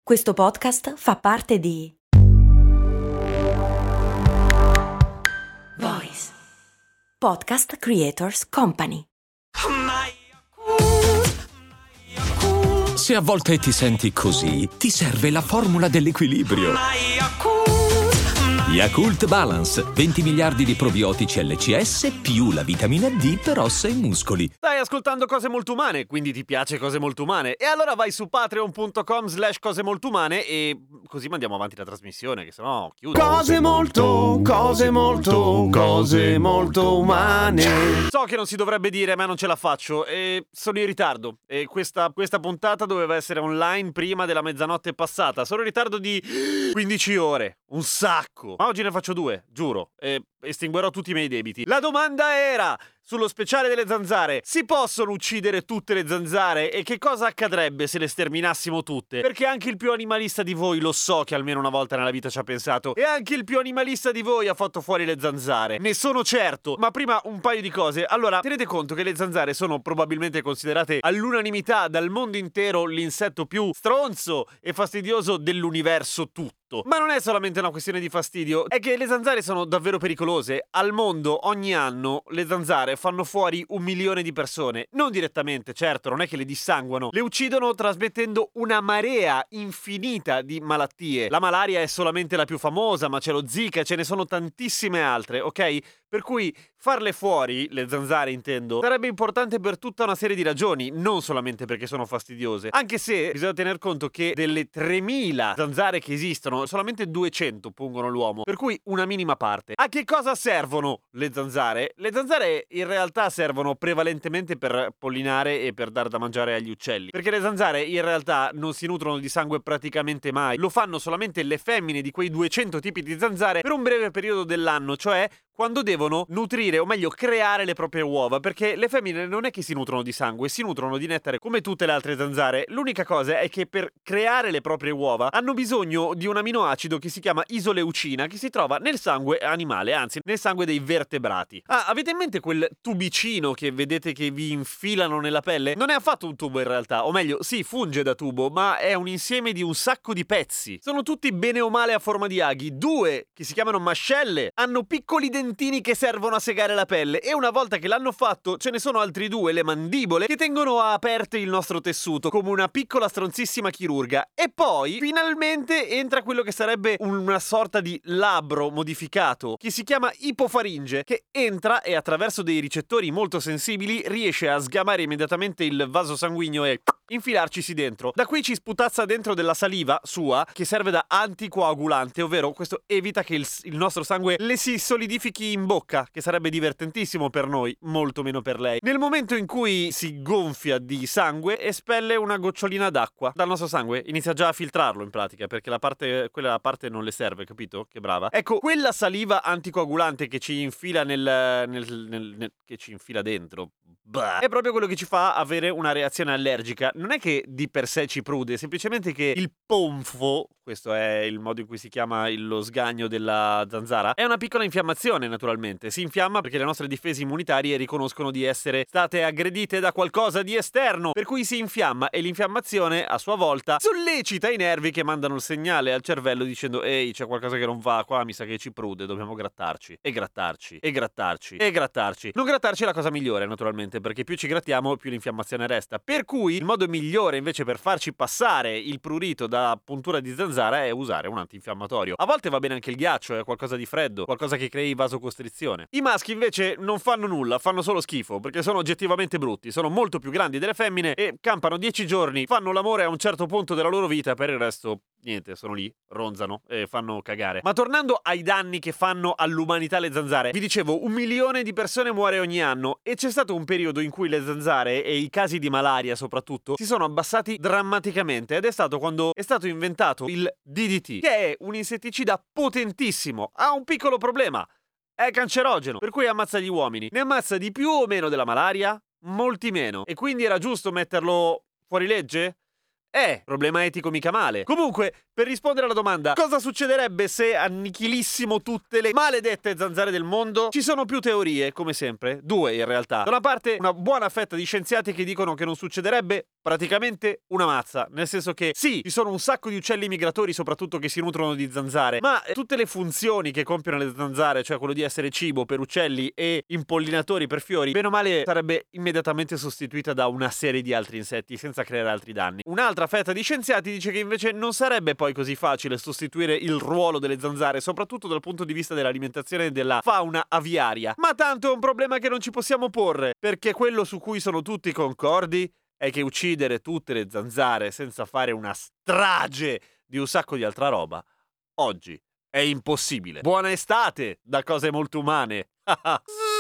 Questo podcast fa parte di Voice Podcast Creators Company. Se a volte ti senti così, ti serve la formula dell'equilibrio. Yakult Balance, 20 miliardi di probiotici LCS più la vitamina D per ossa e muscoli. Stai ascoltando Cose Molto Umane, quindi ti piace Cose Molto Umane? E allora vai su patreon.com/Cose Molto Umane e così mandiamo avanti la trasmissione, che sennò chiudo. Cose molto umane. So che non si dovrebbe dire, ma non ce la faccio e sono in ritardo. E questa puntata doveva essere online prima della mezzanotte passata. Sono in ritardo di 15 ore, un sacco. Ma oggi ne faccio 2, giuro, e estinguerò tutti i miei debiti. La domanda era, sullo speciale delle zanzare, si possono uccidere tutte le zanzare e che cosa accadrebbe se le sterminassimo tutte? Perché anche il più animalista di voi, lo so che almeno una volta nella vita ci ha pensato, e anche il più animalista di voi ha fatto fuori le zanzare. Ne sono certo, ma prima un paio di cose. Allora, tenete conto che le zanzare sono probabilmente considerate all'unanimità dal mondo intero l'insetto più stronzo e fastidioso dell'universo tutto. Ma non è solamente una questione di fastidio, è che le zanzare sono davvero pericolose. Al mondo ogni anno le zanzare fanno fuori 1 milione di persone. Non direttamente, certo, non è che le dissanguano. Le uccidono trasmettendo una marea infinita di malattie. La malaria è solamente la più famosa, ma c'è lo Zika, ce ne sono tantissime altre, ok? Per cui farle fuori, le zanzare intendo, sarebbe importante per tutta una serie di ragioni, non solamente perché sono fastidiose. Anche se bisogna tener conto che delle 3000 zanzare che esistono, solamente 200 pungono l'uomo, per cui una minima parte. A che cosa servono le zanzare? Le zanzare in realtà servono prevalentemente per pollinare e per dar da mangiare agli uccelli, perché le zanzare in realtà non si nutrono di sangue praticamente mai. Lo fanno solamente le femmine di quei 200 tipi di zanzare per un breve periodo dell'anno, cioè quando devono nutrire, o meglio creare le proprie uova, perché le femmine non è che si nutrono di sangue, si nutrono di nettare come tutte le altre zanzare. L'unica cosa è che per creare le proprie uova hanno bisogno di un aminoacido che si chiama isoleucina, che si trova nel sangue animale, anzi nel sangue dei vertebrati. Ah, avete in mente quel tubicino che vedete che vi infilano nella pelle? Non è affatto un tubo in realtà, o meglio, sì, funge da tubo, ma è un insieme di un sacco di pezzi. Sono tutti bene o male a forma di aghi. 2, che si chiamano mascelle, hanno piccoli dentini che servono a segare la pelle e una volta che l'hanno fatto ce ne sono altri 2, le mandibole, che tengono aperte il nostro tessuto come una piccola stronzissima chirurga. E poi finalmente entra quello che sarebbe una sorta di labbro modificato che si chiama ipofaringe, che entra e attraverso dei ricettori molto sensibili riesce a sgamare immediatamente il vaso sanguigno e infilarcisi dentro. Da qui ci sputazza dentro della saliva sua che serve da anticoagulante, ovvero questo evita che il nostro sangue le si solidifichi in bocca, che sarebbe divertentissimo per noi, molto meno per lei. Nel momento in cui si gonfia di sangue, espelle una gocciolina d'acqua dal nostro sangue, inizia già a filtrarlo in pratica, perché quella parte non le serve, capito? Che brava. Ecco, quella saliva anticoagulante che ci infila che ci infila dentro, è proprio quello che ci fa avere una reazione allergica. Non è che di per sé ci prude, semplicemente che il ponfo, questo è il modo in cui si chiama lo sgagno della zanzara, è una piccola infiammazione naturalmente. Si infiamma perché le nostre difese immunitarie riconoscono di essere state aggredite da qualcosa di esterno, per cui si infiamma e l'infiammazione a sua volta sollecita i nervi che mandano il segnale al cervello dicendo ehi, c'è qualcosa che non va qua, mi sa che ci prude, dobbiamo grattarci e grattarci e grattarci e grattarci. Non grattarci è la cosa migliore naturalmente, perché più ci grattiamo più l'infiammazione resta, per cui il modo migliore invece per farci passare il prurito da puntura di zanzara è usare un antinfiammatorio. A volte va bene anche il ghiaccio, è qualcosa di freddo, qualcosa che crei vasocostrizione. I maschi invece non fanno nulla, fanno solo schifo, perché sono oggettivamente brutti, sono molto più grandi delle femmine e campano 10 giorni, fanno l'amore a un certo punto della loro vita, per il resto niente, sono lì, ronzano e fanno cagare. Ma tornando ai danni che fanno all'umanità le zanzare, vi dicevo, 1 milione di persone muore ogni anno e c'è stato un periodo in cui le zanzare e i casi di malaria soprattutto si sono abbassati drammaticamente, ed è stato quando è stato inventato il DDT, che è un insetticida potentissimo. Ha un piccolo problema: è cancerogeno, per cui ammazza gli uomini. Ne ammazza di più o meno della malaria? Molti meno. E quindi era giusto metterlo fuori legge? Problema etico mica male. Comunque, per rispondere alla domanda cosa succederebbe se annichilissimo tutte le maledette zanzare del mondo, ci sono più teorie, come sempre, 2 in realtà. Da una parte una buona fetta di scienziati che dicono che non succederebbe praticamente una mazza, nel senso che sì, ci sono un sacco di uccelli migratori soprattutto che si nutrono di zanzare, ma tutte le funzioni che compiono le zanzare, cioè quello di essere cibo per uccelli e impollinatori per fiori, bene o male sarebbe immediatamente sostituita da una serie di altri insetti senza creare altri danni. Un'altra fetta di scienziati dice che invece non sarebbe poi così facile sostituire il ruolo delle zanzare, soprattutto dal punto di vista dell'alimentazione della fauna aviaria, ma tanto è un problema che non ci possiamo porre, perché quello su cui sono tutti concordi è che uccidere tutte le zanzare senza fare una strage di un sacco di altra roba oggi è impossibile. Buona estate da Cose Molto Umane.